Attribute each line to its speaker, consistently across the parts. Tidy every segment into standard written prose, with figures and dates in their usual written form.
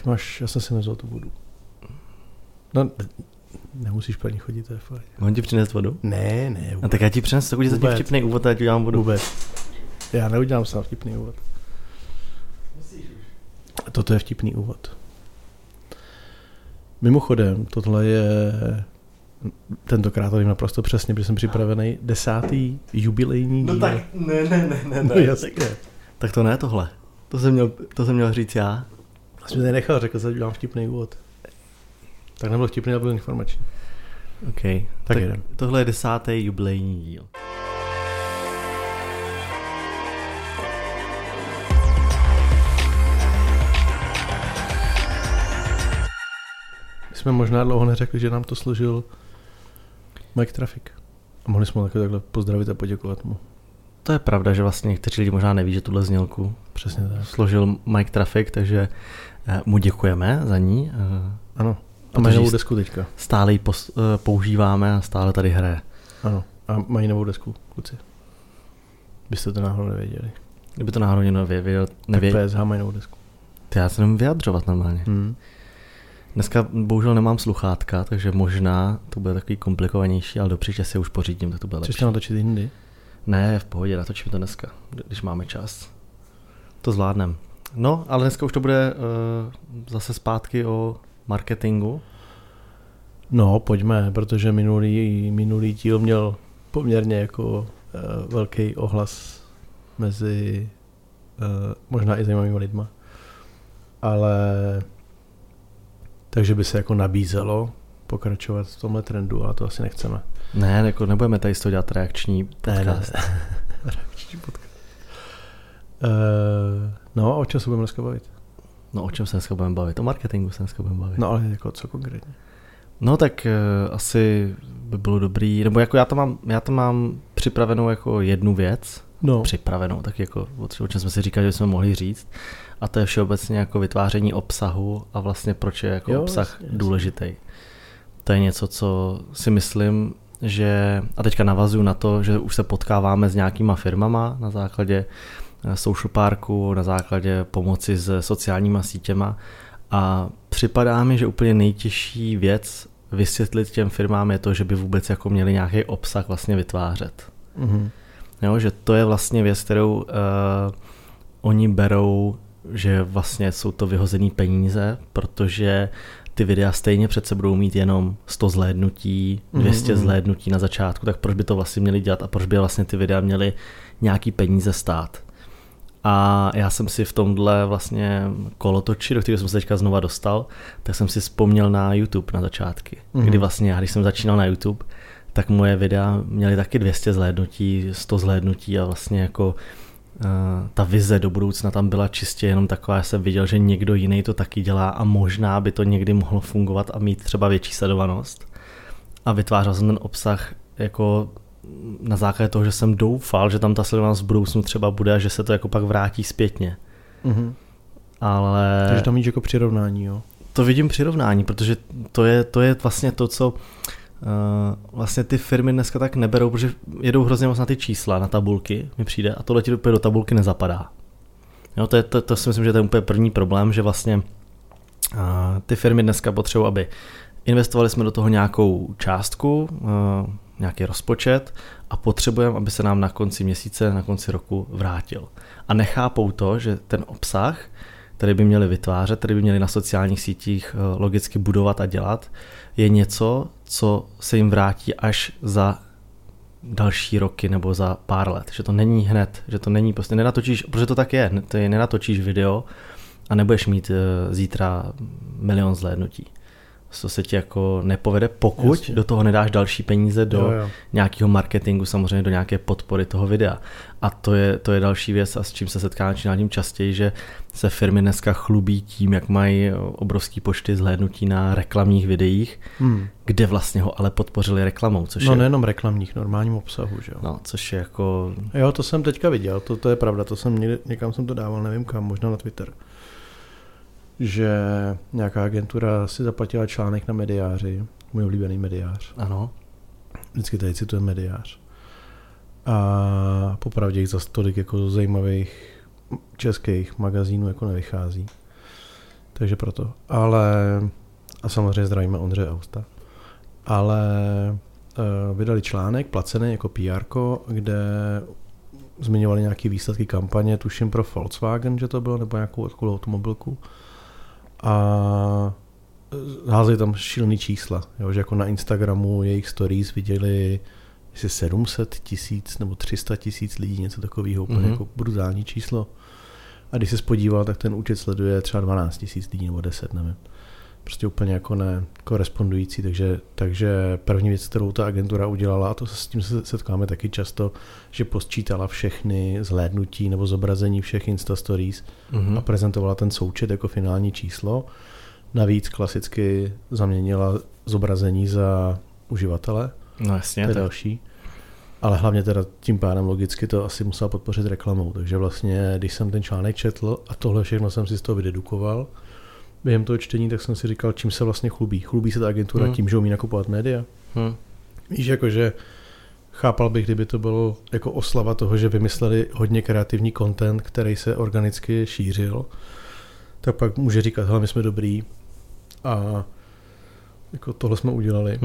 Speaker 1: Já jsem si nevzal tu vodu. No, nemusíš pro ní chodit, to je fajn.
Speaker 2: Mám ti přinést vodu?
Speaker 1: Ne, vůbec.
Speaker 2: A tak já ti přinesu, tak udělám zatím vtipný úvod a já ti udělám vodu.
Speaker 1: Vůbec. Já neudělám sám vtipný úvod. Toto je vtipný úvod. Mimochodem, tohle je tentokrát to vím naprosto přesně, protože jsem připravený 10. jubilejní díl.
Speaker 2: No tak, ne.
Speaker 1: No jasně.
Speaker 2: Tak to ne tohle. To jsem měl říct já.
Speaker 1: Já jsem to nechal, řekl jsem, že dělám vtipný úvod. Tak nebyl vtipný, ale byl informační.
Speaker 2: OK.
Speaker 1: Tak jedem.
Speaker 2: Tohle je 10. jubilejní díl.
Speaker 1: My jsme možná dlouho neřekli, že nám to složil Mike Traffic. A mohli jsme ho takhle pozdravit a poděkovat mu.
Speaker 2: To je pravda, že vlastně někteří lidi možná neví, že tuhle znělku
Speaker 1: Přesně tak.
Speaker 2: složil Mike Traffic, takže mu děkujeme za ní.
Speaker 1: Ano. A mají novou desku teďka.
Speaker 2: Stále ji používáme a stále tady hraje.
Speaker 1: Ano. A mají novou desku, kluci. Byste to náhodou nevěděli.
Speaker 2: Kdyby to náhodou někdo nevěděl.
Speaker 1: Tak PSH mají novou desku.
Speaker 2: Já se nemůžu vyjadřovat normálně. Dneska bohužel nemám sluchátka, takže možná to bude takový komplikovanější, ale do příště si už pořídím, tak to bude lepší.
Speaker 1: Chceš to natočit jindy?
Speaker 2: Ne, v pohodě, natočím to dneska, když máme čas. To zvládnem. No, ale dneska už to bude zase zpátky o marketingu.
Speaker 1: No, pojďme, protože minulý díl měl poměrně jako velký ohlas mezi možná i zajímavými lidma. Ale takže by se jako nabízelo pokračovat v tomhle trendu, ale to asi nechceme.
Speaker 2: Ne, jako nebudeme tady z toho dělat reakční podcast.
Speaker 1: Ne. Reakční podcast. No a o čem se budeme dneska bavit?
Speaker 2: No o čem se dneska budeme bavit? O marketingu se dneska budeme bavit.
Speaker 1: No ale jako co konkrétně?
Speaker 2: No tak asi by bylo dobrý, nebo jako já to mám připravenou jako jednu věc.
Speaker 1: No.
Speaker 2: Připravenou, tak jako o čem jsme si říkali, že jsme mohli říct. A to je všeobecně jako vytváření obsahu a vlastně proč je jako obsah důležitý. To je něco, co si myslím, že, a teďka navazuju na to, že už se potkáváme s nějakýma firmama na základě Social Parku, na základě pomoci s sociálníma sítěma a připadá mi, že úplně nejtěžší věc vysvětlit těm firmám je to, že by vůbec jako měli nějaký obsah vlastně vytvářet.
Speaker 1: Mm-hmm.
Speaker 2: Jo, že to je vlastně věc, kterou oni berou, že vlastně jsou to vyhozený peníze, protože ty videa stejně přece budou mít jenom 100 zhlédnutí, 200 zhlédnutí na začátku, tak proč by to vlastně měli dělat a proč by vlastně ty videa měly nějaký peníze stát. A já jsem si v tomhle vlastně kolotoči, do kterého jsem se teďka znova dostal, tak jsem si vzpomněl na YouTube na začátky, kdy vlastně já, když jsem začínal na YouTube, tak moje videa měly taky 200 zhlédnutí, 100 zhlédnutí a vlastně jako ta vize do budoucna tam byla čistě jenom taková, že jsem viděl, že někdo jiný to taky dělá a možná by to někdy mohlo fungovat a mít třeba větší sledovanost. A vytvářel jsem ten obsah jako na základě toho, že jsem doufal, že tam ta sledovanost v budoucnu třeba bude a že se to jako pak vrátí zpětně. Mm-hmm. Ale...
Speaker 1: Takže tam víš jako přirovnání, jo?
Speaker 2: To vidím přirovnání, protože to je vlastně to, co vlastně ty firmy dneska tak neberou, protože jedou hrozně moc na ty čísla, na tabulky mi přijde a tohle ti úplně do tabulky nezapadá. Jo, to si myslím, že to je úplně první problém, že vlastně ty firmy dneska potřebují, aby investovali jsme do toho nějakou částku, nějaký rozpočet a potřebujeme, aby se nám na konci měsíce, na konci roku vrátil. A nechápou to, že ten obsah, který by měli vytvářet, který by měli na sociálních sítích logicky budovat a dělat, je něco, co se jim vrátí až za další roky nebo za pár let. Že to není hned, že to není prostě nenatočíš, protože to tak je, ty nenatočíš video a nebudeš mít zítra 1 000 000 zhlédnutí. To se ti jako nepovede, pokud Jasně. do toho nedáš další peníze do nějakého marketingu, samozřejmě do nějaké podpory toho videa. A to je další věc a s čím se setkám čím dál častěji, že se firmy dneska chlubí tím, jak mají obrovský počty zhlédnutí na reklamních videích, kde vlastně ho ale podpořili reklamou. Což je...
Speaker 1: nejenom reklamních, normálním obsahu, že jo.
Speaker 2: No, což je jako...
Speaker 1: Jo, to jsem teďka viděl, to je pravda, to jsem někam jsem to dával, nevím kam, možná na Twitter. Že nějaká agentura si zaplatila článek na Mediáři, můj oblíbený Mediář.
Speaker 2: Ano.
Speaker 1: Vždycky tady cituje Mediář. A popravdě jich zase tolik jako zajímavých českých magazínů jako nevychází. takže proto. A samozřejmě zdravíme Ondřeje Austa. Ale vydali článek, placený jako PR-ko, kde zmiňovali nějaké výsledky kampaně, tuším pro Volkswagen, že to bylo, nebo nějakou automobilku. A házeli tam šílený čísla, jo, že jako na Instagramu jejich stories viděli 700 000 nebo 300 000 lidí, něco takového, úplně jako brutální číslo. A když se spodíval, tak ten účet sleduje třeba 12 000 lidí nebo 10, nevím. Prostě úplně jako nekorespondující, takže první věc, kterou ta agentura udělala, a to s tím se setkáme taky často, že posčítala všechny zhlédnutí nebo zobrazení všech Insta Stories a prezentovala ten součet jako finální číslo. Navíc klasicky zaměnila zobrazení za uživatele.
Speaker 2: No jasně.
Speaker 1: To je další. Ale hlavně teda tím pádem logicky to asi musela podpořit reklamou. Takže vlastně, když jsem ten článek četl a tohle všechno jsem si z toho vydedukoval, během toho čtení, tak jsem si říkal, čím se vlastně chlubí. Chlubí se ta agentura tím, že umí nakupovat média. Víš, jakože chápal bych, kdyby to bylo jako oslava toho, že vymysleli hodně kreativní content, který se organicky šířil, tak pak může říkat, hele, my jsme dobrý a jako tohle jsme udělali.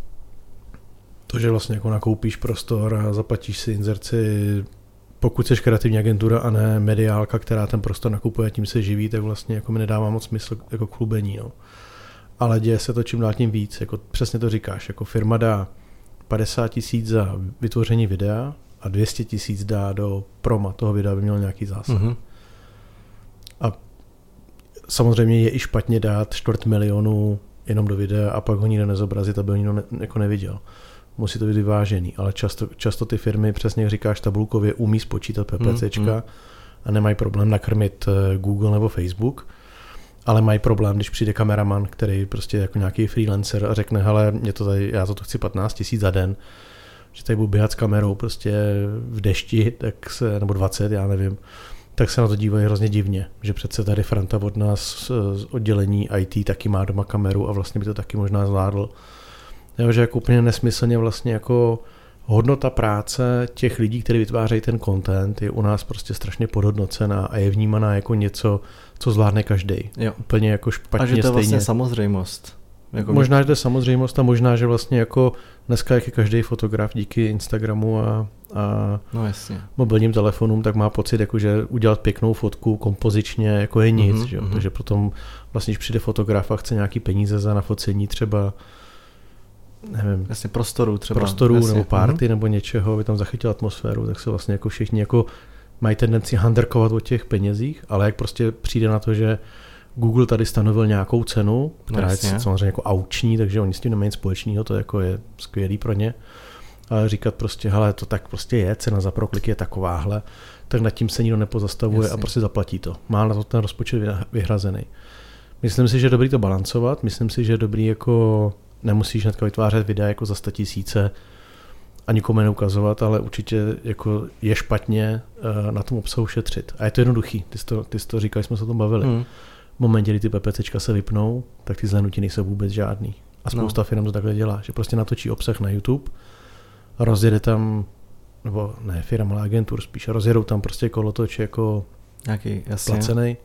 Speaker 1: To, že vlastně jako nakoupíš prostor a zaplatíš si inzerci, pokud jsi kreativní agentura a ne mediálka, která ten prostor nakupuje a tím se živí, tak vlastně jako mi nedává moc smysl jako chlubení. No. Ale děje se to čím dál tím víc. Jako přesně to říkáš. Jako firma dá 50 000 za vytvoření videa a 200 000 dá do proma toho videa, aby měl nějaký zásah. A samozřejmě je i špatně dát 250 000 jenom do videa a pak ho nikdo nezobrazit, aby ho nikdo jako neviděl. Musí to být vyvážený, ale často ty firmy, přesně jak říkáš, tabulkově umí spočítat PPCčka a nemají problém nakrmit Google nebo Facebook, ale mají problém, když přijde kameraman, který prostě jako nějaký freelancer a řekne, hele, já za to chci 15 000 za den, že tady budu běhat s kamerou prostě v dešti, nebo 20, já nevím, tak se na to dívají hrozně divně, že přece tady Franta od nás z oddělení IT taky má doma kameru a vlastně by to taky možná zvládl. Jo, že jako úplně nesmyslně vlastně jako hodnota práce těch lidí, kteří vytvářejí ten content, je u nás prostě strašně podhodnocená a je vnímaná jako něco, co zvládne každý. Úplně jako špatně stejně.
Speaker 2: A že to je vlastně samozřejmost.
Speaker 1: Jako možná, že to je samozřejmost a možná, že vlastně jako dneska, jak je každý fotograf díky Instagramu a
Speaker 2: no jasně.
Speaker 1: mobilním telefonům, tak má pocit, jako, že udělat pěknou fotku kompozičně jako je nic. Že? Takže potom vlastně, když přijde fotograf a chce nějaký peníze za nafocení třeba nevím,
Speaker 2: jasně, prostoru
Speaker 1: jasně. Nebo party nebo něčeho, aby tam zachytil atmosféru, tak se vlastně jako všichni jako mají tendenci handrkovat o těch penězích, ale jak prostě přijde na to, že Google tady stanovil nějakou cenu, která je samozřejmě jako auční, takže oni s tím nemají nic společného, to jako je skvělý pro ně, ale říkat prostě, hele, to tak prostě je, cena za proklik je takováhle, tak nad tím se nikdo nepozastavuje a prostě zaplatí to. Má na to ten rozpočet vyhrazený. Myslím si, že je dobrý to balancovat, myslím si, že je dobrý jako nemusíš hnedka vytvářet videa jako za 100 000 a nikomu neukazovat, ale určitě jako je špatně na tom obsahu šetřit. A je to jednoduchý, ty jsi to říkal, jsme se o tom bavili. V momentě, kdy ty PPCčka se vypnou, tak ty zhlédnutí nejsou vůbec žádný. A spousta firm to takhle dělá, že prostě natočí obsah na YouTube, rozjede tam, nebo ne firm, ale agentur spíš, rozjedou tam prostě kolotoč jako
Speaker 2: nějaký
Speaker 1: placený.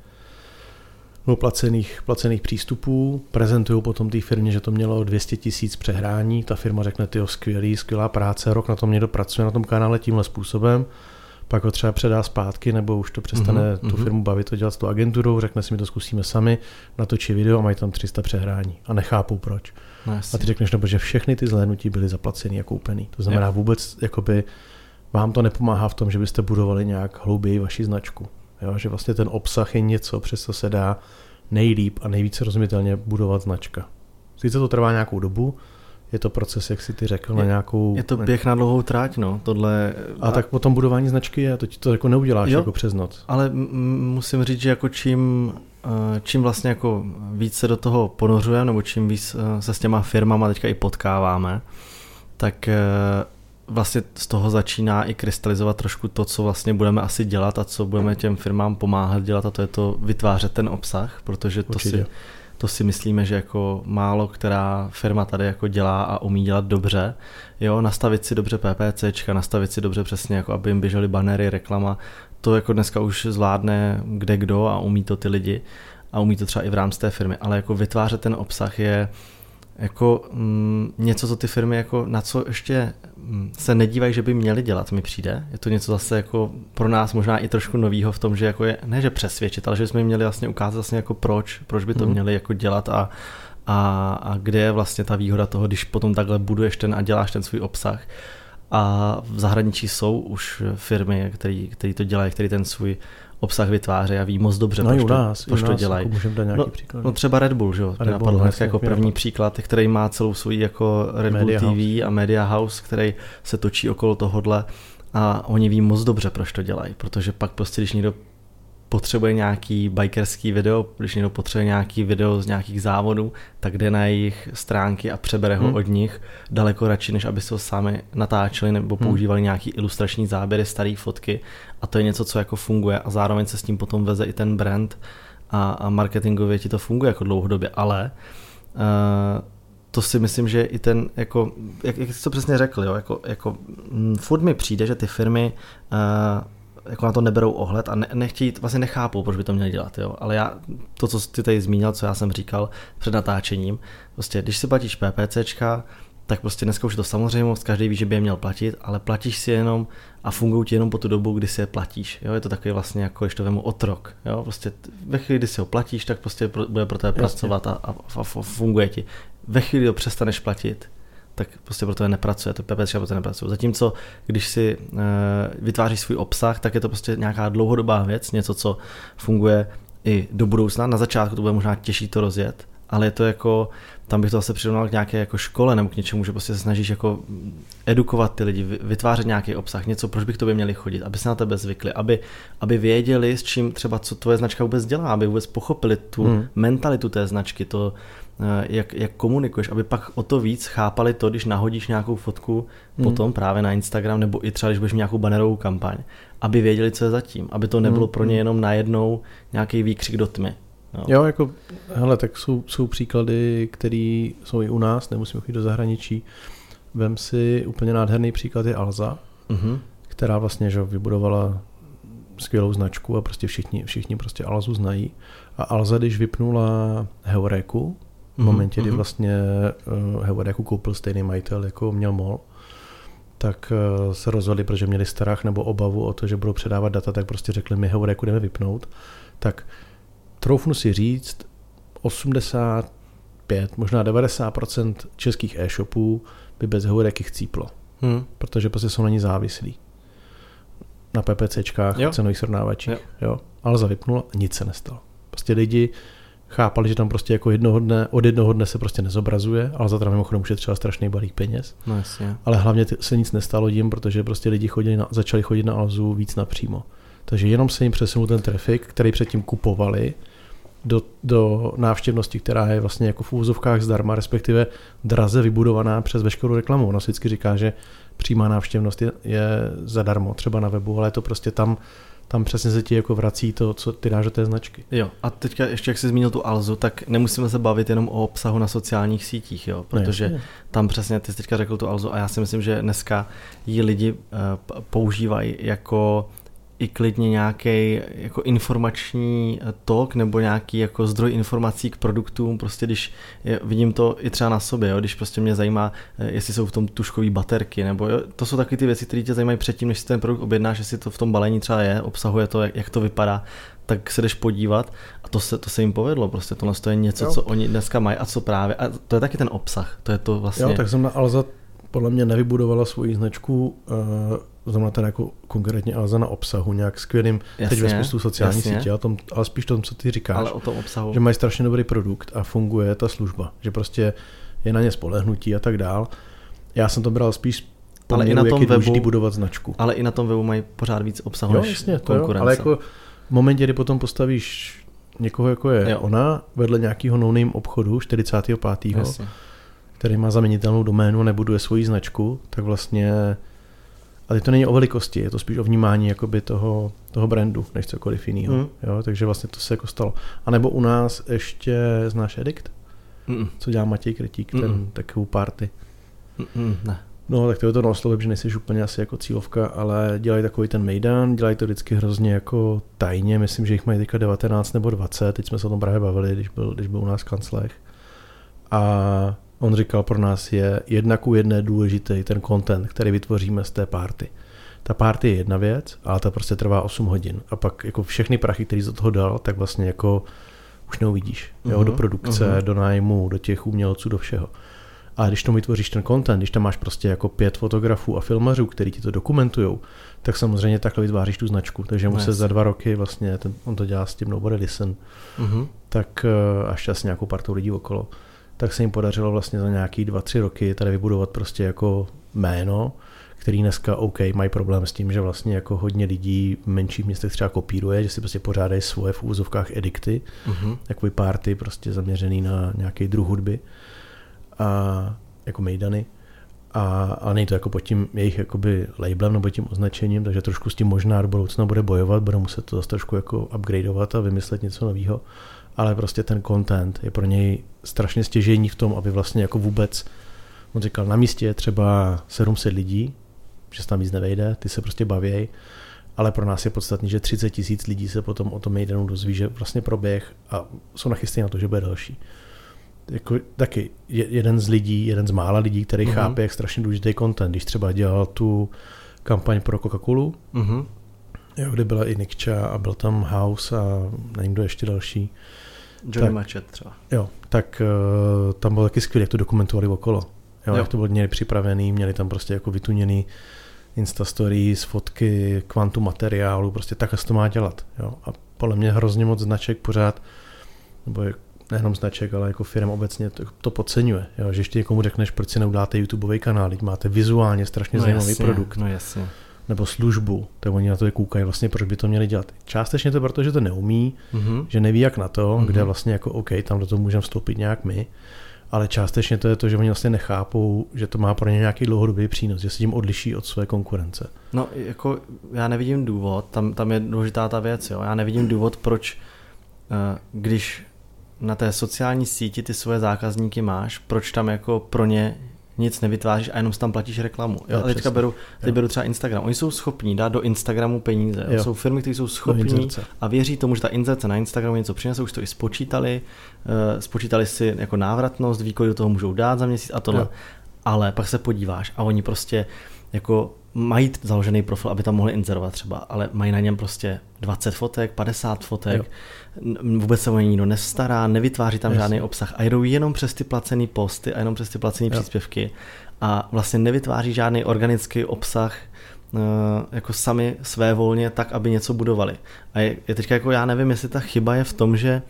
Speaker 1: Placených přístupů, prezentují potom té firmě, že to mělo 200 000 přehrání, ta firma řekne, tyjo, skvělá práce, rok na tom někdo pracuje na tom kanále tímhle způsobem, pak ho třeba předá zpátky, nebo už to přestane tu firmu bavit to dělat s tou agenturou, řekne si, my to zkusíme sami, natočí video a mají tam 300 přehrání a nechápou proč.
Speaker 2: No,
Speaker 1: a ty řekneš, že všechny ty zhlédnutí byly zaplacený a koupený. To znamená vůbec, jakoby, vám to nepomáhá v tom, že byste budovali nějak hlouběji vaši značku. Jo, že vlastně ten obsah je něco, přes co se dá nejlíp a nejvíce rozumitelně budovat značka. Sice to trvá nějakou dobu, je to proces, jak si ty řekl, na nějakou...
Speaker 2: Je to běh na dlouhou tráť, no, tohle...
Speaker 1: A tak potom budování značky je, to jako neuděláš jako přes noc.
Speaker 2: Ale musím říct, že jako čím vlastně jako víc se do toho ponořujeme, nebo čím víc se s těma firmama teďka i potkáváme, tak vlastně z toho začíná i krystalizovat trošku to, co vlastně budeme asi dělat a co budeme těm firmám pomáhat dělat, a to je to vytvářet ten obsah, protože to si myslíme, že jako málo která firma tady jako dělá a umí dělat dobře. Jo, nastavit si dobře PPCčka, nastavit si dobře přesně, jako aby jim běžely banery, reklama, to jako dneska už zvládne kde kdo a umí to ty lidi. a umí to třeba i v rámci té firmy, ale jako vytvářet ten obsah je jako něco, co ty firmy jako na co ještě se nedívají, že by měly dělat, mi přijde. Je to něco zase jako pro nás možná i trošku novýho v tom, že jako je, ne že přesvědčit, ale že jsme měli vlastně ukázat vlastně jako proč by to měli jako dělat a kde je vlastně ta výhoda toho, když potom takhle buduješ a děláš ten svůj obsah. A v zahraničí jsou už firmy, který to dělají, který ten svůj obsah vytváří a ví moc dobře, proč to dělají.
Speaker 1: Jako můžeme dát nějaký příklad.
Speaker 2: No třeba Red Bull, že jo? Napadl hned jako první příklad, který má celou svůj jako Red Bull TV a Media House, který se točí okolo tohodle a oni ví moc dobře, proč to dělají, protože pak prostě, když někdo potřebuje nějaký bikerský video, když někdo potřebuje nějaký video z nějakých závodů, tak jde na jejich stránky a přebere ho od nich daleko radši, než aby se ho sami natáčeli nebo používali nějaký ilustrační záběry, staré fotky a to je něco, co jako funguje a zároveň se s tím potom veze i ten brand a marketingově ti to funguje jako dlouhodobě, ale to si myslím, že i ten, jako, jak jsi to přesně řekl, jo, jako furt mi přijde, že ty firmy jako na to neberou ohled a nechtějí, vlastně nechápou, proč by to měli dělat, jo. Ale to, co ty tady zmínil, co já jsem říkal před natáčením, prostě když si platíš PPCčka, tak prostě dneska už je to samozřejmost, každý ví, že by je měl platit, ale platíš si jenom a fungují ti jenom po tu dobu, kdy si je platíš, jo. Je to takový vlastně jako, když to vemu otrok, jo. Prostě ve chvíli, kdy si ho platíš, tak prostě bude pro tebe pracovat a funguje ti. Ve chvíli, kdy ho přestaneš platit, tak prostě pro to nepracuje, to PPCčka pro to nepracuje. Zatímco, když si vytváříš svůj obsah, tak je to prostě nějaká dlouhodobá věc, něco, co funguje i do budoucna. Na začátku to bude možná těžší to rozjet, ale je to jako, tam bych to zase přirovnal k nějaké jako škole nebo k něčemu, že prostě se snažíš jako edukovat ty lidi, vytvářet nějaký obsah, něco, proč by k tobě měli chodit, aby se na tebe zvykli, aby věděli, s čím třeba, co tvoje značka vůbec dělá, aby vůbec pochopili tu mentalitu té značky, to jak komunikuješ, aby pak o to víc chápali to, když nahodíš nějakou fotku potom právě na Instagram, nebo i třeba, když budeš mít nějakou bannerovou kampaň, aby věděli, co je zatím, aby to nebylo pro ně jenom najednou nějaký výkřik do tmy. No.
Speaker 1: Jo, jako, hele, tak jsou příklady, které jsou i u nás, nemusíme chodit do zahraničí. Vem si úplně nádherný příklad je Alza, která vlastně že vybudovala skvělou značku a prostě všichni prostě Alzu znají. A Alza, když vypnula Heuréku, v momentě, kdy vlastně Heuréku koupil stejný majitel, jako měl MOL, tak se rozhodli, protože měli strach nebo obavu o to, že budou předávat data, tak prostě řekli, my Heuréku jdeme vypnout. Tak troufnu si říct, 85, možná 90% českých e-shopů by bez Heuréky chcíplo, protože prostě jsou na ní závislí. Na PPCčkách, cenových srovnávačích. Jo. Alza vypnula a nic se nestalo. Prostě lidi chápali, že tam prostě jako od jednoho dne se prostě nezobrazuje, ale za to mimochodem ušetřila strašný balík peněz.
Speaker 2: No jasně.
Speaker 1: Ale hlavně se nic nestalo tím, protože prostě lidi začali chodit na Alzu víc napřímo. Takže jenom se jim přesunul ten trafik, který předtím kupovali, do návštěvnosti, která je vlastně jako v úvozovkách zdarma, respektive draze vybudovaná přes veškerou reklamu. Ona si vždycky říká, že přímá návštěvnost je zadarmo, třeba na webu, ale je to prostě tam přesně se ti jako vrací to, co ty dáš do té značky.
Speaker 2: Jo, a teďka ještě jak jsi zmínil tu Alzu, tak nemusíme se bavit jenom o obsahu na sociálních sítích, jo, protože tam přesně ty jsi teďka řekl tu Alzu a já si myslím, že dneska ji lidi používají jako i klidně nějaký jako informační tok nebo nějaký jako zdroj informací k produktům, prostě když vidím to i třeba na sobě, jo, když prostě mě zajímá, jestli jsou v tom tuškové baterky, nebo jo, to jsou taky ty věci, které tě zajímají předtím, než si ten produkt objednáš, jestli to v tom balení třeba je, obsahuje to, jak to vypadá, tak se jdeš podívat a to se jim povedlo, prostě tohle je něco, co oni dneska mají a co právě, a to je taky ten obsah, to je to vlastně.
Speaker 1: Jo, tak jsem na Alza podle mě nevybudovala svoji značku, znamená teda jako konkrétně Alza na obsahu, nějak skvělým, teď ve smyslu sociální sítě, ale spíš tom, co ty říkáš,
Speaker 2: ale o tom obsahu.
Speaker 1: Že mají strašně dobrý produkt a funguje ta služba, že prostě je na ně spolehnutí a tak dál. Já jsem to bral spíš poměru, jak je důležitý budovat značku.
Speaker 2: Ale i na tom webu mají pořád víc obsahu než konkurence.
Speaker 1: Ale jako v momentě, kdy potom postavíš někoho, jako je ona, vedle nějakého no-name obchodu 45. Jasně. který má zaměnitelnou doménu a nebuduje svoji značku, tak vlastně, ale to není o velikosti, je to spíš o vnímání jakoby toho brandu, než cokoliv jiného. Jo, takže vlastně to se jako stalo. A nebo u nás ještě znáš Edict? Co dělá Matěj Krytík, ten takovou party?
Speaker 2: Ne.
Speaker 1: No, tak to neoslovím, že nejsi úplně asi jako cílovka, ale dělají takový ten mejdan, dělají to vždycky hrozně jako tajně, myslím, že jich mají teďka 19 nebo 20, teď jsme se o tom právě bavili, když byl u nás v kanclech. A on říkal, pro nás je 1:1 důležitý ten content, který vytvoříme z té party. Ta party je jedna věc, ale ta prostě trvá 8 hodin. A pak jako všechny prachy, který do toho dal, tak vlastně jako už neuvidíš. Jo, do produkce, do nájmu, do těch umělců, do všeho. A když tomu vytvoříš ten content, když tam máš prostě jako 5 fotografů a filmařů, kteří ti to dokumentujou, tak samozřejmě takhle vytváříš tu značku. Takže mu se za 2 roky vlastně, on to dělá s tím Nobody Listen, tak až čas nějakou partou lidí okolo, tak se jim podařilo vlastně za nějaký 2-3 roky tady vybudovat prostě jako jméno, který dneska mají problém s tím, že vlastně jako hodně lidí v menších městech třeba kopíruje, že si prostě pořádají svoje v úvozovkách edikty, takový party prostě zaměřený na nějaký druh hudby a jako mejdany. A není to jako pod tím jejich jakoby labelem nebo tím označením, takže trošku s tím možná do budoucna bude bojovat, bude muset to zase trošku jako upgradeovat a vymyslet něco nového, ale prostě ten content je pro něj strašně stěžejní v tom, aby vlastně jako vůbec, on říkal, na místě je třeba 700 lidí, že se tam víc nevejde, ty se prostě bavěj, ale pro nás je podstatný, že 30 000 lidí se potom o tom mejdanu dozví, že vlastně proběh a jsou nachystý na to, že bude další. Jako, taky jeden z mála lidí, který chápe, jak strašně důležitý content, když třeba dělal tu kampaň pro Coca-Colu, kde byla i Nikča a byl tam House a nevím, kdo ještě další.
Speaker 2: Johnny Machet třeba.
Speaker 1: Jo, tak tam bylo taky skvělé, jak to dokumentovali okolo. Jo. Jak to bylo měli připravený, měli tam prostě jako vytuněný Insta stories, fotky, kvantum materiálu, prostě takhle se to má dělat. Jo. A podle mě hrozně moc značek pořád, nebo nejenom značek, ale jako firm obecně to podceňuje. Jo. Že ještě někomu řekneš, proč si neudáte YouTubeový kanál, teď máte vizuálně strašně zajímavý produkt.
Speaker 2: No jasně.
Speaker 1: Nebo službu, tak oni na to koukají vlastně, proč by to měli dělat. Částečně to proto, že to neumí, že neví jak na to, kde vlastně jako OK, tam do toho můžeme vstoupit nějak my, ale částečně to je to, že oni vlastně nechápou, že to má pro ně nějaký dlouhodobý přínos, že se tím odliší od své konkurence.
Speaker 2: No jako já nevidím důvod, tam je důležitá ta věc, jo. Já nevidím důvod, proč když na té sociální síti ty svoje zákazníky máš, proč tam jako pro ně nic nevytváříš a jenom tam platíš reklamu. Jo, a teďka beru třeba Instagram. Oni jsou schopní dát do Instagramu peníze. Jo. Jsou firmy, které jsou schopní a věří tomu, že ta inzerce na Instagramu něco přinese, už to i spočítali si jako návratnost, výkon do toho můžou dát za měsíc a tohle. Jo. Ale pak se podíváš a oni prostě jako mají založený profil, aby tam mohli inzerovat třeba, ale mají na něm prostě 20 fotek, 50 fotek, vůbec se o ně nikdo nestará, nevytváří tam žádný obsah a jedou jenom přes ty placený posty a jenom přes ty placený příspěvky a vlastně nevytváří žádný organický obsah jako sami svévolně tak, aby něco budovali. A je teďka jako já nevím, jestli ta chyba je v tom, že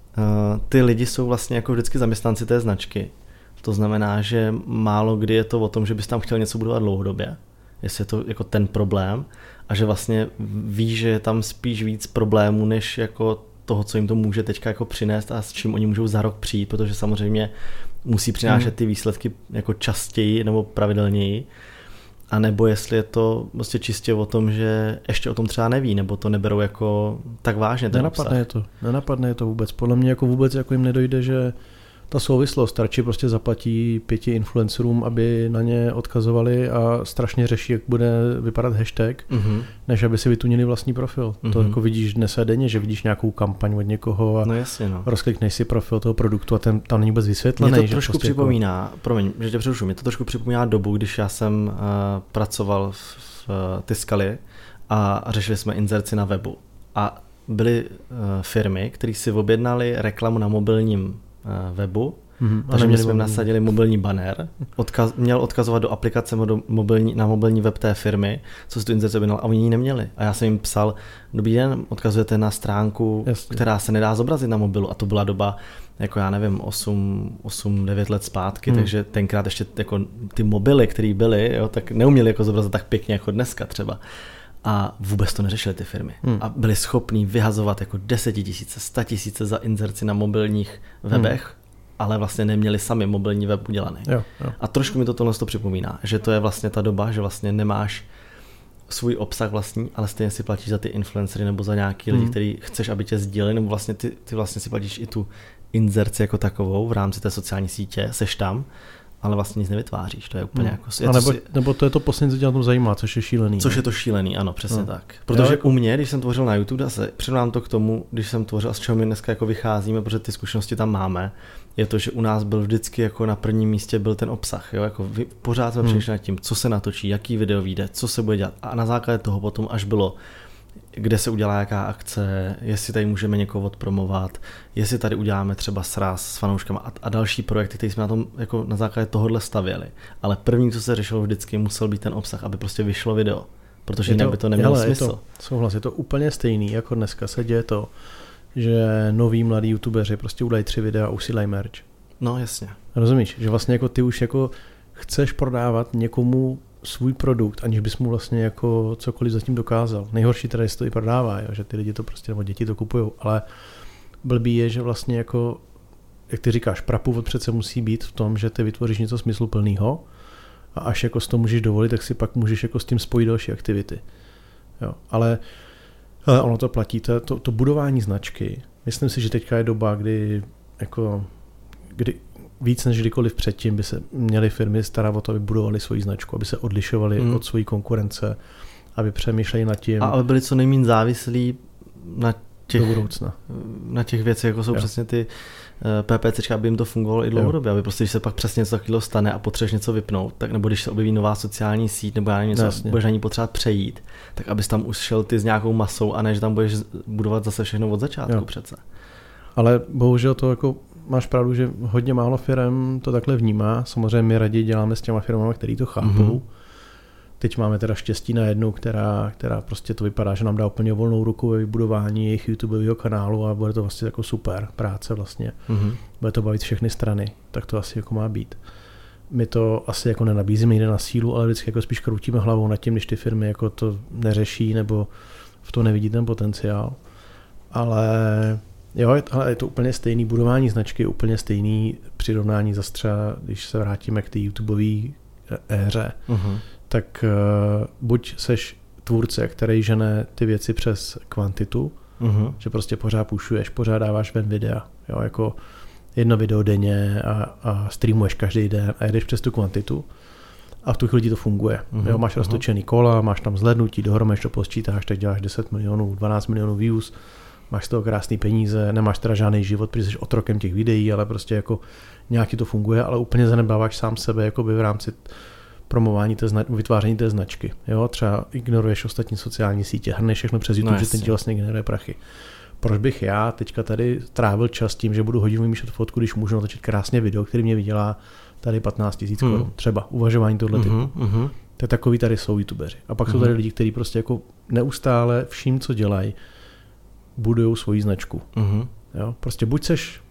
Speaker 2: ty lidi jsou vlastně jako vždycky zaměstnanci té značky. To znamená, že málo kdy je to o tom, že bys tam chtěl něco budovat dlouhodobě, jestli je to jako ten problém a že vlastně ví, že je tam spíš víc problémů, než jako toho, co jim to může teďka jako přinést a s čím oni můžou za rok přijít, protože samozřejmě musí přinášet ty výsledky jako častěji nebo pravidelněji, a nebo jestli je to prostě čistě o tom, že ještě o tom třeba neví, nebo to neberou jako tak vážně ten obsah.
Speaker 1: Nenapadne je to vůbec. Podle mě jako vůbec jako jim nedojde, že ta souvislost, radši prostě zaplatí 5 influencerům, aby na ně odkazovali a strašně řeší, jak bude vypadat hashtag, než aby si vytunili vlastní profil. To jako vidíš dnes a denně, že vidíš nějakou kampaň od někoho a rozklikneš si profil toho produktu a tam není vůbec vysvětlený.
Speaker 2: Mě to trošku prostě připomíná, jako... promiň, že tě přerušu, mě to trošku připomíná dobu, když já jsem pracoval v Tiskali a řešili jsme inzerci na webu. A byly firmy, které si objednali reklamu na mobilním webu, takže my jsme nasadili mobilní banner, měl odkazovat do aplikace na mobilní web té firmy, co si tu inzerci objednal, a oni ji neměli. A já jsem jim psal, dobrý den, odkazujete na stránku, která se nedá zobrazit na mobilu, a to byla doba, jako já nevím, 8-9 let zpátky, takže tenkrát ještě jako ty mobily, které byly, jo, tak neuměli jako zobrazit tak pěkně jako dneska třeba. A vůbec to neřešily ty firmy. A byli schopní vyhazovat jako 10 000, 100 000 za inzerci na mobilních webech, ale vlastně neměli sami mobilní web udělaný.
Speaker 1: Jo.
Speaker 2: A trošku mi to tohle připomíná, že to je vlastně ta doba, že vlastně nemáš svůj obsah vlastní, ale stejně si platíš za ty influencery nebo za nějaký lidi, který chceš, aby tě sdíleli, nebo vlastně ty vlastně si platíš i tu inzerci jako takovou v rámci té sociální sítě, seš tam ale vlastně nic nevytváříš, to je úplně jako...
Speaker 1: Nebo to je to poslední, co tě na tom zajímá, což je šílený.
Speaker 2: Což je to šílený, ano, přesně tak. Protože u mě, když jsem tvořil na YouTube, zase předám to k tomu, když jsem tvořil, z čeho my dneska jako vycházíme, protože ty zkušenosti tam máme, je to, že u nás byl vždycky jako na prvním místě byl ten obsah, jo, jako pořád jsme přemýšleli nad tím, co se natočí, jaký video vyjde, co se bude dělat a na základě toho potom až bylo, kde se udělá jaká akce, jestli tady můžeme někoho odpromovat, jestli tady uděláme třeba sraz s fanouškama a další projekty, které jsme na tom jako na základě tohohle stavěli. Ale první, co se řešilo vždycky, musel být ten obsah, aby prostě vyšlo video, protože jinak by to nemělo smysl.
Speaker 1: Je to úplně stejný, jako dneska se děje to, že noví mladí youtubeři prostě udají 3 videa a usílají merch.
Speaker 2: No jasně.
Speaker 1: Rozumíš, že vlastně jako ty už jako chceš prodávat někomu svůj produkt, aniž bys mu vlastně jako cokoliv zatím dokázal. Nejhorší teda, jestli to i prodává, jo, že ty lidi to prostě, nebo děti to kupujou, ale blbý je, že vlastně jako, jak ty říkáš, prapůvod přece musí být v tom, že ty vytvoříš něco smysluplného a až jako si to můžeš dovolit, tak si pak můžeš jako s tím spojit další aktivity. Jo, ale ono to platí, to budování značky, myslím si, že teďka je doba, kdy víc než kdykoliv předtím by se měly firmy starat o to, aby budovali svoji značku, aby se odlišovali od své konkurence, aby přemýšleli nad tím.
Speaker 2: A aby byli co nejméně závislí na těch věcech, jako jsou přesně ty PPCčka, aby jim to fungovalo i dlouhodobě, aby prostě, když se pak přesně něco takového stane a potřebuješ něco vypnout, tak nebo když se objeví nová sociální síť, nebo já nevím, něco, budeš na ní potřebovat přejít, tak abys tam už šel ty s nějakou masou a ne, že tam budeš budovat zase všechno od začátku přece.
Speaker 1: Ale bohužel to jako máš pravdu, že hodně málo firem to takhle vnímá. Samozřejmě my raději děláme s těma firmami, který to chápou. Teď máme teda štěstí na jednu, která prostě to vypadá, že nám dá úplně volnou ruku ve vybudování jejich YouTubeového kanálu a bude to vlastně jako super práce vlastně. Bude to bavit všechny strany, tak to asi jako má být. My to asi jako nenabízíme jde na sílu, ale vždycky jako spíš kroutíme hlavou nad tím, když ty firmy jako to neřeší nebo v tom nevidí ten potenciál. Ale je to úplně stejný, budování značky je úplně stejný přirovnání zase třeba, když se vrátíme k té YouTubeové éře, tak buď seš tvůrce, který žene ty věci přes kvantitu, že prostě pořád pušuješ, pořád dáváš ven videa, jo, jako 1 video denně a streamuješ každý den a jedeš přes tu kvantitu a v tu chvíli to funguje. Jo, máš roztočený kola, máš tam zhlédnutí, dohromady to posčítáš, tak děláš 10 milionů, 12 milionů views, máš z toho krásný peníze, nemáš teda žádný život, protože jsi otrokem těch videí, ale prostě jako nějak ti to funguje, ale úplně zanedbáváš sám sebe jakoby v rámci promování vytváření té značky. Jo, třeba ignoruješ ostatní sociální sítě, hrneš všechno přes YouTube, že ten ti vlastně generuje prachy. Proč bych já teďka tady trávil čas tím, že budu hodinu vymýšlet fotku, když můžu natočit krásně video, který mě vydělá tady 15 000 korun. Třeba uvažování tohle typu. To je takový tady jsou youtubeři. A pak jsou tady lidi, kteří prostě jako neustále vším, co dělají, budujou svoji značku. Jo? Prostě buď seš,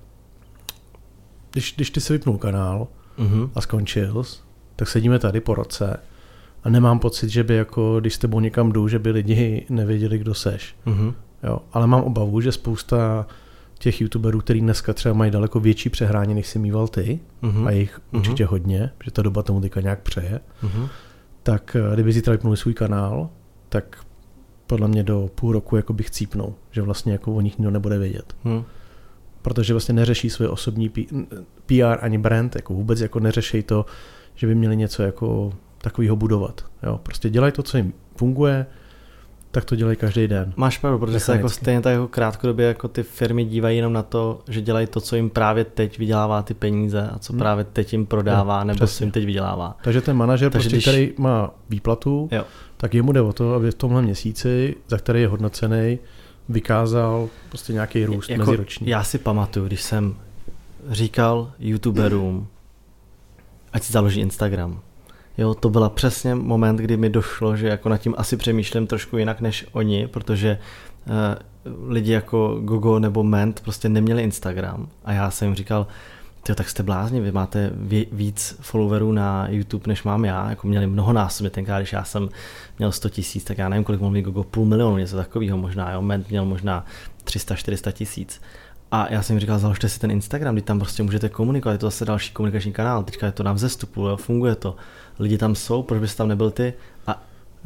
Speaker 1: když ty si vypnul kanál a skončil, tak sedíme tady po roce a nemám pocit, že by jako, když s tebou někam jdu, že by lidi nevěděli, kdo seš. Jo? Ale mám obavu, že spousta těch youtuberů, který dneska třeba mají daleko větší přehrání, než si mýval ty, a jich určitě hodně, že ta doba tomu teďka nějak přeje, tak kdyby zítra vypnuli svůj kanál, tak podle mě do půl roku jako bych cípnul, že vlastně jako o nich nikdo nebude vědět. Protože vlastně neřeší svoje osobní PR ani brand, jako vůbec jako neřeší to, že by měli něco jako takového budovat. Jo? Prostě dělají to, co jim funguje, tak to dělají každý den.
Speaker 2: Máš pravdu, protože se jako stejně tak jako krátkodobě jako ty firmy dívají jenom na to, že dělají to, co jim právě teď vydělává ty peníze a co právě teď jim prodává, nebo co jim teď vydělává.
Speaker 1: Takže ten manažer, který má výplatu, tak jemu jde o to, aby v tomhle měsíci, za který je hodnocený, vykázal prostě nějaký růst jako meziroční.
Speaker 2: Já si pamatuju, když jsem říkal youtuberům, ať si založí Instagram. Jo, to byl přesně moment, kdy mi došlo, že jako nad tím asi přemýšlím trošku jinak než oni, protože lidi jako Gogo nebo Ment prostě neměli Instagram a já jsem jim říkal, tak jste blázni, vy máte víc followerů na YouTube, než mám já, jako měli mnohonásobně tenkrát, když já jsem měl 100 000, tak já nevím, kolik mohl mít Gogo, 500 000, něco takového možná, jo, Ment měl možná 300-400 000. A já jsem jim říkal, založte si ten Instagram, kdy tam prostě můžete komunikovat, je to zase další komunikační kanál, teďka je to na vzestupu, jo, funguje to, lidi tam jsou, proč bys tam nebyl ty? A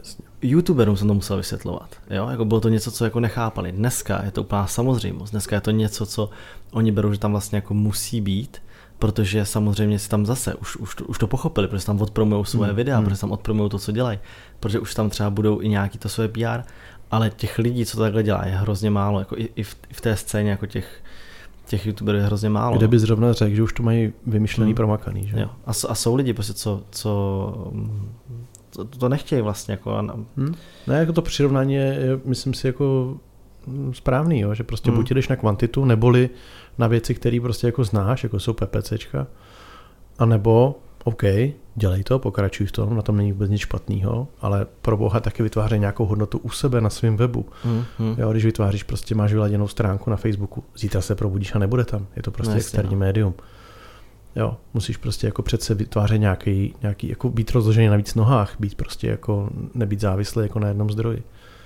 Speaker 2: YouTuberům jsem to musel vysvětlovat. Jo? Jako bylo to něco, co jako nechápali. Dneska je to úplná samozřejmost. Dneska je to něco, co oni berou, že tam vlastně jako musí být, protože samozřejmě si tam zase už to pochopili, protože tam odpromujou svoje videa, protože tam odpromujou to, co dělají, protože už tam třeba budou i nějaký to svoje PR, ale těch lidí, co to takhle dělá, je hrozně málo. Jako i v té scéně jako těch YouTuberů je hrozně málo.
Speaker 1: Kde by zrovna řekl, že už to mají vymyšlený, promakaný. Že?
Speaker 2: Jo. A jsou lidi, prostě, co to nechtějí vlastně. Jako,
Speaker 1: Ne, jako to přirovnání je, myslím si, jako správný, jo? Že prostě buď jdeš na kvantitu, neboli na věci, které prostě jako znáš, jako jsou PPCčka, anebo OK, dělej to, pokračuj v tom, na tom není vůbec nic špatného, ale pro boha taky vytváří nějakou hodnotu u sebe na svém webu. Jo, když vytváříš, prostě máš vyladěnou stránku na Facebooku, zítra se probudíš a nebude tam, je to prostě externí médium. Jo, musíš prostě jako přece vytvářet nějaký jako být rozložený na víc nohách, být prostě jako nebýt závislý jako na jednom zdroji.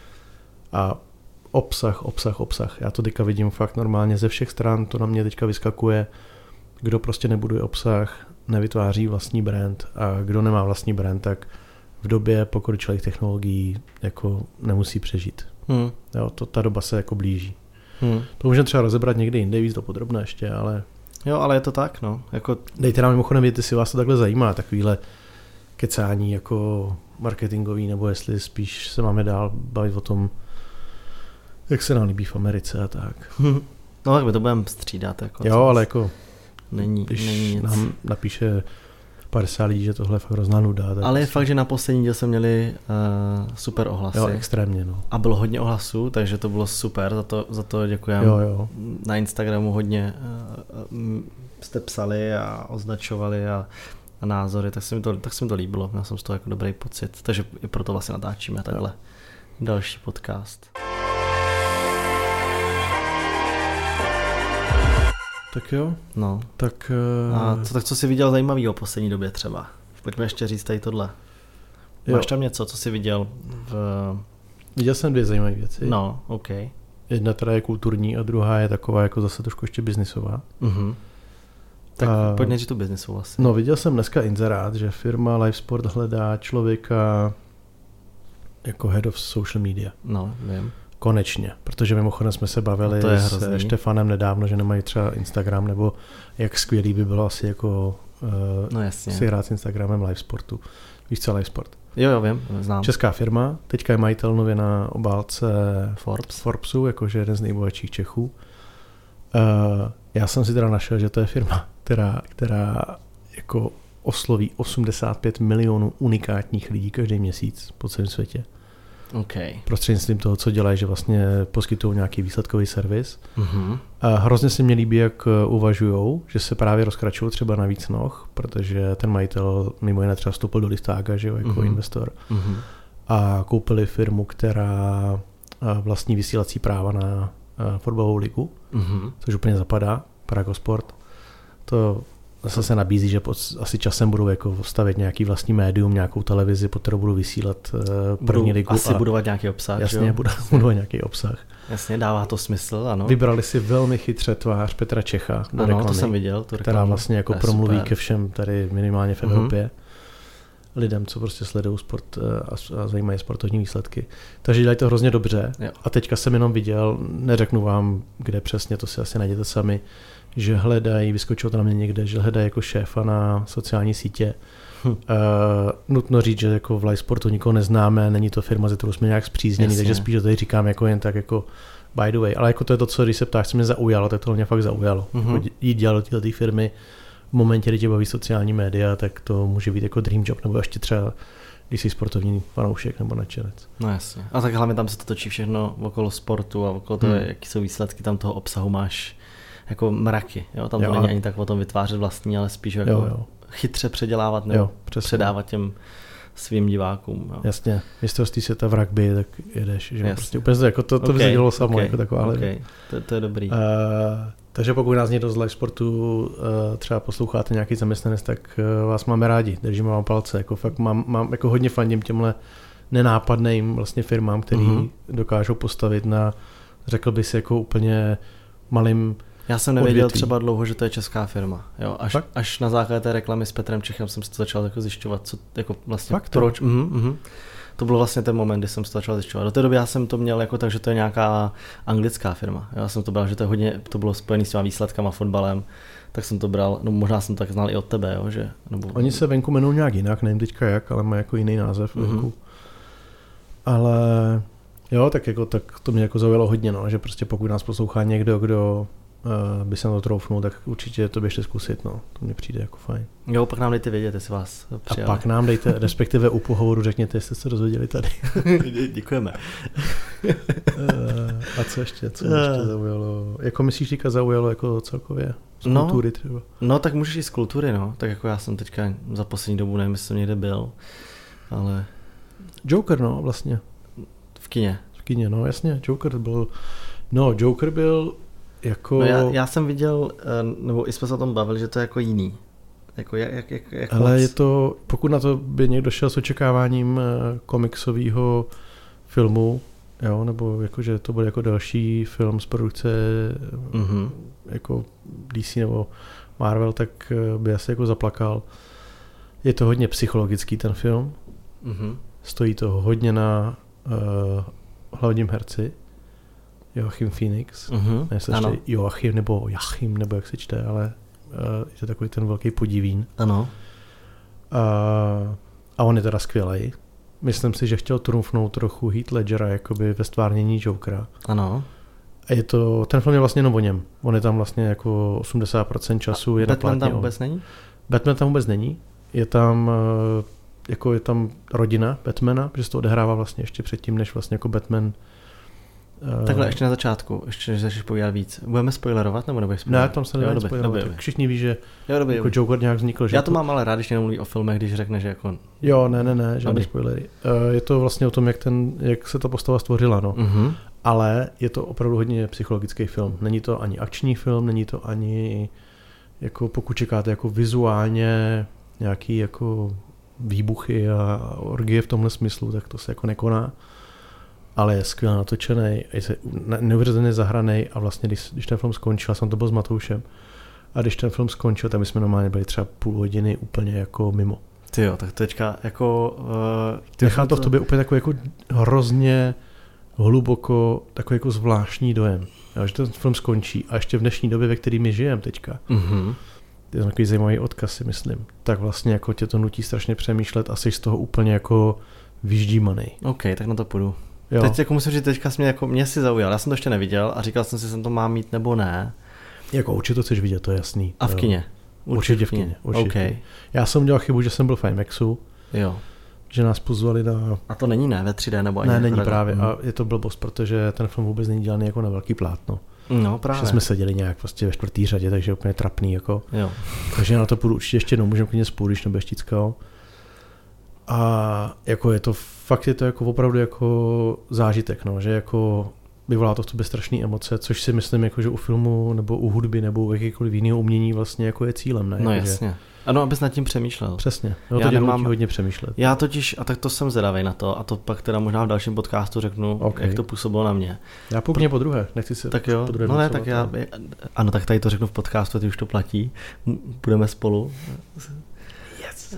Speaker 1: A obsah. Já to teďka vidím fakt normálně ze všech stran, to na mě teďka vyskakuje, kdo prostě nebuduje obsah, nevytváří vlastní brand a kdo nemá vlastní brand, tak v době pokročilých technologií jako nemusí přežít. Jo, ta doba se jako blíží. To můžeme třeba rozebrat někdy jinde, víc dopodrobně ještě, ale...
Speaker 2: Jo, ale je to tak, no. Jako...
Speaker 1: Dejte nám mimochodem vědět, jestli vás to takhle zajímá, takovýhle kecání jako marketingový, nebo jestli spíš se máme dál bavit o tom, jak se nám líbí v Americe a tak.
Speaker 2: No tak my to budeme střídat. Jako
Speaker 1: jo, ale jako
Speaker 2: není nic.
Speaker 1: Nám napíše 50 lidí, že tohle je fakt hrozná nuda.
Speaker 2: Ale je fakt, že na poslední díl jsme měli super ohlasy.
Speaker 1: Jo, extrémně, no.
Speaker 2: A bylo hodně ohlasů, takže to bylo super, za to děkujeme.
Speaker 1: Jo.
Speaker 2: Na Instagramu hodně jste psali a označovali a názory, tak se mi to líbilo. Měl jsem z toho jako dobrý pocit, takže i proto vlastně natáčíme takhle další podcast.
Speaker 1: Tak jo.
Speaker 2: No.
Speaker 1: Tak
Speaker 2: co jsi viděl zajímavého v poslední době třeba? Pojďme ještě říct tady tohle. Máš tam něco, co jsi viděl
Speaker 1: Viděl jsem 2 zajímavé věci.
Speaker 2: No, OK.
Speaker 1: Jedna teda je kulturní a druhá je taková jako zase trošku ještě biznisová.
Speaker 2: Tak pojď nejdřív tu biznisovou asi.
Speaker 1: No, viděl jsem dneska inzerát, že firma Livesport hledá člověka jako head of social media.
Speaker 2: No, vím.
Speaker 1: Konečně, protože mimochodem jsme se bavili s Štefanem nedávno, že nemají třeba Instagram, nebo jak skvělý by bylo asi jako si hrát s Instagramem Livesportu. Víš co Livesport?
Speaker 2: Jo, vím, znám.
Speaker 1: Česká firma, teďka je majitel nově na obálce Forbesu, jakože jeden z nejbohatších Čechů. Já jsem si teda našel, že to je firma, která jako osloví 85 milionů unikátních lidí každý měsíc po celém světě.
Speaker 2: Okay.
Speaker 1: Prostřednictvím toho, co dělají, že vlastně poskytují nějaký výsledkový servis. A hrozně se mi líbí, jak uvažujou, že se právě rozkračují třeba na víc noh, protože ten majitel mimo jiné třeba vstoupil do Listága, že jo, jako investor. A koupili firmu, která vlastní vysílací práva na fotbalovou ligu, což úplně zapadá, Pragosport. To zase se nabízí, že asi časem budou jako stavět nějaký vlastní médium, nějakou televizi, pod kterou budou vysílat první ligu.
Speaker 2: Asi budovat nějaký obsah.
Speaker 1: Jasně, budovat nějaký obsah.
Speaker 2: Jasně, dává to smysl, ano.
Speaker 1: Vybrali si velmi chytře tvář Petra Čecha do reklamy,
Speaker 2: to jsem viděl,
Speaker 1: která vlastně jako promluví super ke všem tady minimálně v Evropě. Lidem, co prostě sledují sport a zajímají sportovní výsledky. Takže dělají to hrozně dobře. Jo. A teďka jsem jenom viděl, neřeknu vám, kde přesně, to si asi najděte sami, že hledají, vyskočilo to na mě někde, že hledají jako šéfa na sociální sítě. Nutno říct, že jako v Livesportu nikoho neznáme, není to firma, ze kterou jsme nějak zpříznění, takže spíš to tady říkám jako jen tak jako by the way. Ale jako to je to, co když se ptáš, co mě zaujalo, tak to mě fakt zaujalo. Jako jít dělat do té firmy v momentě, kdy tě baví sociální média, tak to může být jako dream job, nebo ještě třeba když jsi sportovní fanoušek nebo nadšenec.
Speaker 2: No jasně. A tak hlavně tam se to točí všechno okolo sportu a okolo toho, jaký jsou výsledky, tam toho obsahu máš jako mraky. Jo? Tam to není ani tak o tom vytvářet vlastní, ale spíš jako chytře předělávat nebo předávat těm svým divákům. Jo.
Speaker 1: Jasně. Mistrovství světa v rugby, tak jedeš. Že prostě úplně jako to by se dělo samo. Jako taková
Speaker 2: to je dobrý.
Speaker 1: Takže pokud nás někdo z Livesportu třeba posloucháte nějaký zaměstnanec, tak vás máme rádi, držíme vám palce. Jako fakt mám jako hodně fandím těmhle nenápadným vlastně firmám, který dokážou postavit na, řekl bych si, jako úplně malým.
Speaker 2: Já jsem nevěděl odvětví. Třeba dlouho, že to je česká firma. Jo, až na základě té reklamy s Petrem Čechem jsem si to začal jako zjišťovat, co jako vlastně
Speaker 1: fakt,
Speaker 2: proč. To byl vlastně ten moment, kdy jsem to začal zjišťovat. Do té doby já jsem to měl jako tak, že to je nějaká anglická firma. Já jsem to bral, že to je hodně, to bylo spojené s těma výsledkama, fotbalem, tak jsem to bral, no možná jsem to tak znal i od tebe, jo, že... Nebo...
Speaker 1: Oni se venku jmenují nějak jinak, nevím teďka jak, ale mají jako jiný název venku. Ale jo, tak to mě jako zaujalo hodně, no, že prostě pokud nás poslouchá někdo, kdo by se na to troufnul, tak určitě to běžte zkusit, no. To mně přijde jako fajn.
Speaker 2: Jo, pak nám dejte vědět, jestli vás přijali.
Speaker 1: A pak nám dejte, respektive u pohovoru řekněte, jestli jste se dozvěděli tady.
Speaker 2: Děkujeme.
Speaker 1: A co ještě zaujalo? Jako myslíš, teďka zaujalo jako celkově? Z kultury třeba?
Speaker 2: No, tak můžeš i z kultury, no. Tak jako já jsem teďka za poslední dobu, nevím, jestli jsem někde byl, ale...
Speaker 1: Joker, no, vlastně.
Speaker 2: V kině.
Speaker 1: V kině, no, jasně. Joker byl jako...
Speaker 2: No já jsem viděl, nebo i jsme se o tom bavili, že to je jako jiný. Jako jak
Speaker 1: ale
Speaker 2: moc...
Speaker 1: je to, pokud na to by někdo šel s očekáváním komiksového filmu, jo, nebo jakože to bude jako další film z produkce jako DC nebo Marvel, tak by asi jako zaplakal. Je to hodně psychologický ten film. Stojí to hodně na hlavním herci. Joachim Phoenix. Joachim nebo jak se čte, ale je to takový ten velký podivín.
Speaker 2: Ano.
Speaker 1: A on je teda skvělej. Myslím si, že chtěl trumfnout trochu Heath Ledgera jakoby ve stvárnění Jokera.
Speaker 2: Ano.
Speaker 1: A ten film je vlastně jenom o něm. On je tam vlastně jako 80% času.
Speaker 2: A
Speaker 1: je
Speaker 2: Batman tam vůbec není?
Speaker 1: Batman tam vůbec není. Je tam rodina Batmana, protože se to odehrává vlastně ještě předtím, než vlastně jako Batman.
Speaker 2: Takhle ještě na začátku, ještě než začneš povídat víc. Budeme spoilerovat nebo nebudeš spoilerovat?
Speaker 1: Ne, tam se nebudeme spoilerovat. Tak všichni ví, že jako Joker nějak vznikl. Že
Speaker 2: já to mám ale rád, když někdo mluví o filmech, když řekne, že jako...
Speaker 1: Jo, ne, žádný spoilery. Je to vlastně o tom, jak se ta postava stvořila, no. Ale je to opravdu hodně psychologický film. Není to ani akční film, není to ani, jako pokud čekáte jako vizuálně nějaký jako výbuchy a orgie v tomhle smyslu, tak to se jako nekoná. Ale je skvěle natočený, je neuvěřitelně zahranej a vlastně když ten film skončil, jsem to byl s Matoušem, a když ten film skončil, tak my jsme normálně byli třeba půl hodiny úplně jako mimo.
Speaker 2: Tyjo, tak teďka jako...
Speaker 1: Nechá to v tobě úplně takový jako hrozně hluboko, takový jako zvláštní dojem. Jo, že ten film skončí a ještě v dnešní době, ve které my žijeme teďka, je to takový zajímavý odkaz, si myslím, tak vlastně jako tě to nutí strašně přemýšlet a jsi z toho úplně jako vyždímaný.
Speaker 2: OK, tak na to půjdu.
Speaker 1: Jo.
Speaker 2: Teď jako musím říct, teďka mě si zaujal. Já jsem to ještě neviděl a říkal jsem si, že to má mít nebo ne.
Speaker 1: Jako určitě to chceš vidět, to je jasný.
Speaker 2: A v kině?
Speaker 1: Určitě v kině.
Speaker 2: Okay.
Speaker 1: Já jsem udělal chybu, že jsem byl v IMAXu.
Speaker 2: Jo.
Speaker 1: Že nás pozvali na...
Speaker 2: A to není ve 3D nebo ani...
Speaker 1: Ne, není právě. A je to blbost, protože ten film vůbec není dělaný jako na velký plátno.
Speaker 2: No právě.
Speaker 1: Že jsme seděli nějak prostě ve 4. řadě, takže úplně trapný jako.
Speaker 2: Jo.
Speaker 1: Takže na to půjdu určitě ještě jednou, můžeme klidně spolu, když nebudeš tíckal. A jako je to jako opravdu jako zážitek, no, že jako vyvolá to v tobě strašné emoce, což si myslím, jako, že u filmu nebo u hudby nebo u jakýkoliv jiného umění vlastně jako je cílem, ne?
Speaker 2: No
Speaker 1: jako,
Speaker 2: jasně. Ano, abys nad tím přemýšlel.
Speaker 1: Přesně. No, to nemám hodně přemýšlet.
Speaker 2: Já totiž, a tak to jsem zvědavej na to, a to pak teda možná v dalším podcastu řeknu, jak to působilo na mě.
Speaker 1: Já půjdu po druhé, nechci se
Speaker 2: tak jo, no ne, tak já, ano, tak tady to řeknu v podcastu, ty už to platí, budeme spolu. Yes.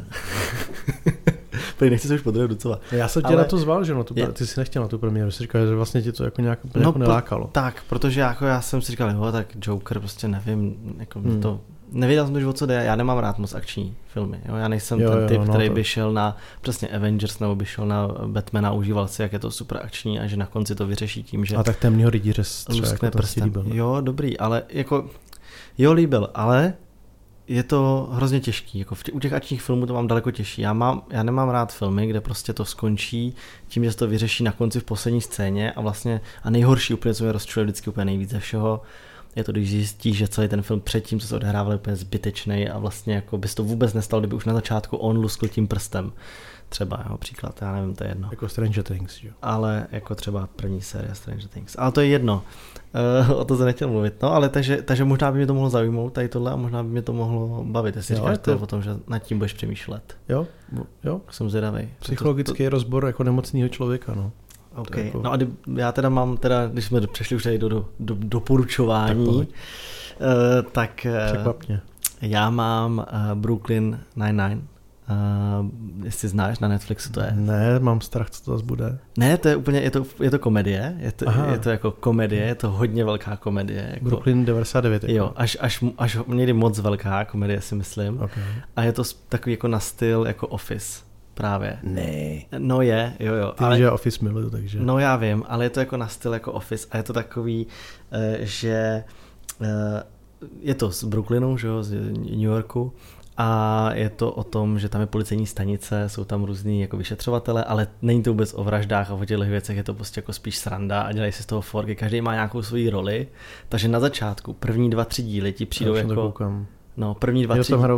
Speaker 2: Prý nechci se už podruhé docela.
Speaker 1: Já jsem tě na to zval, že ty jsi nechtěl na tu premiéru, jsi říkal, že vlastně tě to jako nějak jako nelákalo.
Speaker 2: Tak, protože jako já jsem si říkal, jo, tak Joker prostě nevím, jako to... Nevěděl jsem už, o co jde, já nemám rád moc akční filmy, jo? Já nejsem ten typ, který by šel na přesně Avengers nebo by šel na Batmana a užíval si, jak je to super akční a že na konci to vyřeší tím, že...
Speaker 1: A tak Temnýho rytíře třeba jako
Speaker 2: prstem. Líbil. Jo, dobrý, ale jako... Jo, líbil, ale je to hrozně těžký, jako u těch akčních filmů to mám daleko těžší. Já nemám rád filmy, kde prostě to skončí tím, že se to vyřeší na konci v poslední scéně a vlastně a nejhorší úplně, co mě rozčiluje vždycky úplně nejvíc ze všeho, je to, když zjistíš, že celý ten film předtím, co se odehrával, je úplně zbytečný a vlastně jako bys to vůbec nestal, kdyby už na začátku on luskl tím prstem. Třeba, jo, příklad, já nevím, to je jedno.
Speaker 1: Jako Stranger Things, jo.
Speaker 2: Ale jako třeba první série Stranger Things. Ale to je jedno. O to se nechtěl mluvit. No, ale takže možná by mě to mohlo zaujmout tady tohle a možná by mě to mohlo bavit, jestli říkáš to o tom, že nad tím budeš přemýšlet.
Speaker 1: Jo.
Speaker 2: Jsem zvědavý.
Speaker 1: Psychologický rozbor jako nemocného člověka, no.
Speaker 2: Okay. Jako... No a já teda mám, když jsme přešli už tady do doporučování, tak
Speaker 1: překvapně.
Speaker 2: Já mám Brooklyn Nine-Nine Jestli znáš, na Netflixu to je.
Speaker 1: Ne, mám strach, co to zase bude.
Speaker 2: Ne, to je úplně, je to komedie, je to jako komedie, je to hodně velká komedie. Jako,
Speaker 1: Brooklyn 99. Jako.
Speaker 2: Jo, až někdy moc velká komedie, si myslím.
Speaker 1: Okay.
Speaker 2: A je to takový jako na styl jako Office. Právě.
Speaker 1: Ne.
Speaker 2: No jo.
Speaker 1: Ty víš, že já Office miluju, takže.
Speaker 2: No já vím, ale je to jako na styl jako Office a je to takový, že je to z Brooklynu, že jo, z New Yorku a je to o tom, že tam je policejní stanice, jsou tam různý jako vyšetřovatele, ale není to vůbec o vraždách a o těchto věcech, je to prostě jako spíš sranda a dělají si z toho forky, každý má nějakou svoji roli, takže na začátku první 2-3 díly ti přijdou jako. No, první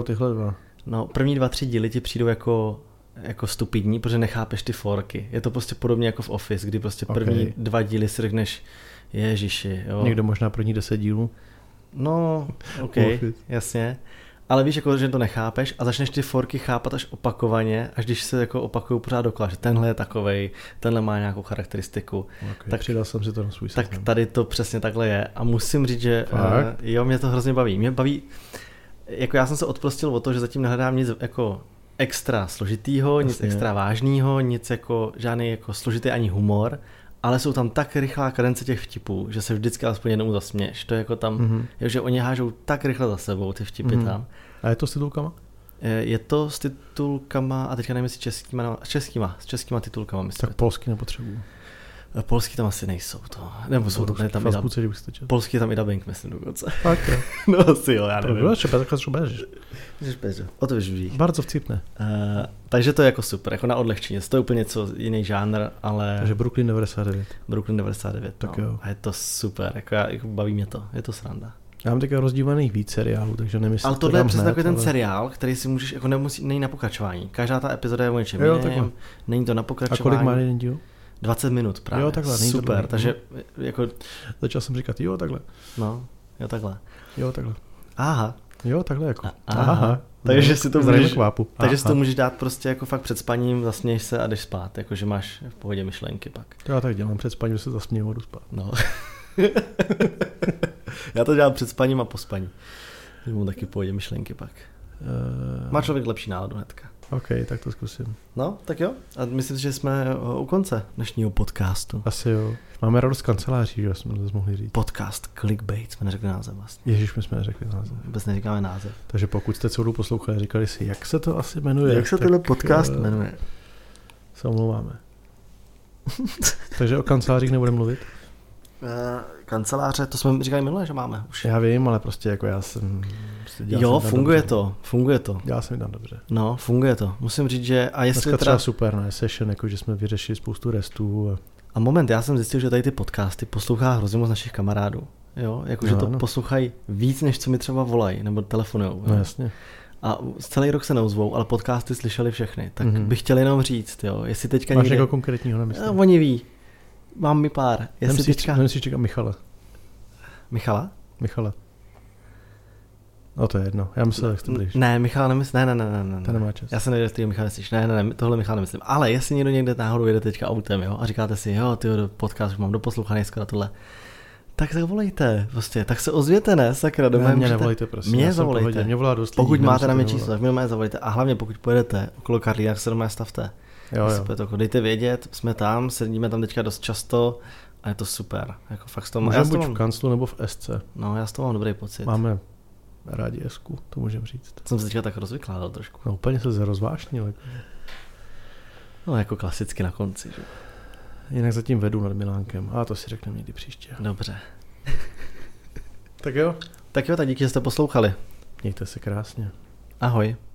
Speaker 2: 2-3 díly ti přijdou jako stupidní, protože nechápeš ty forky. Je to prostě podobně jako v Office, kdy prostě první 2 díly si řekneš ježiši, jo.
Speaker 1: Někdo možná první 10 dílů.
Speaker 2: No, ok, jasně. Ale víš, jako, že to nechápeš a začneš ty forky chápat až opakovaně, až když se jako opakují pořád dokola, že tenhle je takovej, tenhle má nějakou charakteristiku.
Speaker 1: Okay,
Speaker 2: tak
Speaker 1: přidal jsem si to na svůj seznam.
Speaker 2: Tak tady to přesně takhle je a musím říct, že jo, mě to hrozně baví. Mě baví, jako já jsem se odprostil od toho, že zatím nehledám nic jako extra složitýho, nic extra vážného, nic jako žádný jako složitý ani humor, ale jsou tam tak rychlá kadence těch vtipů, že se vždycky alespoň jednou zasměš. To je jako tam, že oni hážou tak rychle za sebou ty vtipy tam.
Speaker 1: A je to s titulkama?
Speaker 2: Je to s titulkama a teďka nevím, jestli s českýma titulkama. Myslím.
Speaker 1: Tak polsky nepotřebuju.
Speaker 2: Polský tam asi nejsou to. Nebo jsou tam polský tam i dubbing, myslím dokonce.
Speaker 1: Tak jo.
Speaker 2: No asi jo, já nevím. O to víš.
Speaker 1: Bardzo vtipné.
Speaker 2: Takže to je jako super, jako na odlehčení. To je úplně něco jiný žánr, ale.
Speaker 1: Takže Brooklyn 99.
Speaker 2: Brooklyn 99,
Speaker 1: tak
Speaker 2: no.
Speaker 1: Jo.
Speaker 2: A je to super, jako baví mě to, je to sranda.
Speaker 1: Já mám teďka rozdívaných víc seriálů, takže nemyslím.
Speaker 2: Ale tohle je přesně takový ten seriál, který si můžeš, jako není na pokračování. Každá ta epizoda je o něčem jiném, není to na pokračování.
Speaker 1: A kolik má jeden díl?
Speaker 2: 20 minut právě.
Speaker 1: Jo, takhle.
Speaker 2: Super, takže jako.
Speaker 1: Začal jsem říkat, jo, takhle.
Speaker 2: No, jo, takhle. Aha.
Speaker 1: Jo, takhle jako.
Speaker 2: Aha. Takže si to můžeš,
Speaker 1: takže
Speaker 2: si to můžeš dát prostě jako fakt před spaním, zasměješ se a jdeš spát, jakože máš v pohodě myšlenky pak.
Speaker 1: To já tak dělám před spaním, že se zasměju a jdu spát.
Speaker 2: No. Já to dělám před spaním a po spaní. Že mám taky v pohodě myšlenky pak. Má člověk lepší náladu hnedka.
Speaker 1: OK, tak to zkusím.
Speaker 2: No, tak jo. A myslím, že jsme u konce dnešního podcastu.
Speaker 1: Asi jo. Máme radost kanceláří, že jsme to mohli říct.
Speaker 2: Podcast Clickbait, jsme neřekli název vlastně.
Speaker 1: Ježiš, my jsme neřekli název.
Speaker 2: Vůbec neříkáme název.
Speaker 1: Takže pokud jste celou poslouchali, říkali si, jak se to asi jmenuje.
Speaker 2: Jak se tenhle podcast jmenuje? Se
Speaker 1: omlouváme. Takže o kancelářích nebudeme mluvit?
Speaker 2: Kanceláře, to jsme říkali minule, že máme už.
Speaker 1: Já vím, ale prostě jako já jsem.
Speaker 2: Jo, funguje to.
Speaker 1: Já jsem tam dobře.
Speaker 2: No, funguje to. Musím říct, že a jestli
Speaker 1: dneska třeba super, ne, session, jako že jsme vyřešili spoustu restů.
Speaker 2: A moment, já jsem zjistil, že tady ty podcasty poslouchá hrozně moc našich kamarádů. Jo, jakože to poslouchají víc, než co mi třeba volají nebo telefonujou.
Speaker 1: No jasně.
Speaker 2: A celý rok se neozvou, ale podcasty slyšeli všechny. Tak bych chtěl jenom říct, jo, jestli teďka
Speaker 1: máš někoho konkrétního na mysli?
Speaker 2: Oni ví. Mám mi pár.
Speaker 1: Nemusíš čekat Michala.
Speaker 2: Michala?
Speaker 1: No to je jedno, já myslím, jak to budeš.
Speaker 2: Ne, Michala nemyslím, ne.
Speaker 1: To nemá čas.
Speaker 2: Já se nevím, kterýho Michala myslíš. Ne, tohle Michala nemyslím. Ale jestli někde náhodou jede teďka autem, jo, a říkáte si, jo, tyjo, podcast už mám doposlouchaný skoro tohle, tak zavolejte, prostě, tak se ozvěte, ne, sakra, doma.
Speaker 1: Mě nevolejte, prosím.
Speaker 2: Mě zavolejte.
Speaker 1: Mě volá dost lidí.
Speaker 2: Pokud máte na mě číslo, tak mě doma zavolejte. A hlavně pokud pojedete okolo Karlína, tak se doma stavte.
Speaker 1: Jo.
Speaker 2: Dejte vědět, jsme tam, sedíme tam teďka dost často a je to super. Jako fakt s tom,
Speaker 1: můžeme buď v kanclu nebo v SC.
Speaker 2: No, já s toho mám dobrý pocit.
Speaker 1: Máme rádi Esku, to můžeme říct.
Speaker 2: Jsem se teďka tak rozvykládal trošku.
Speaker 1: No úplně se rozvášnil.
Speaker 2: No jako klasicky na konci. Že?
Speaker 1: Jinak zatím vedu nad Milánkem. A to si řekneme někdy příště.
Speaker 2: Dobře.
Speaker 1: Tak jo,
Speaker 2: tak díky, že jste poslouchali.
Speaker 1: Mějte se krásně.
Speaker 2: Ahoj.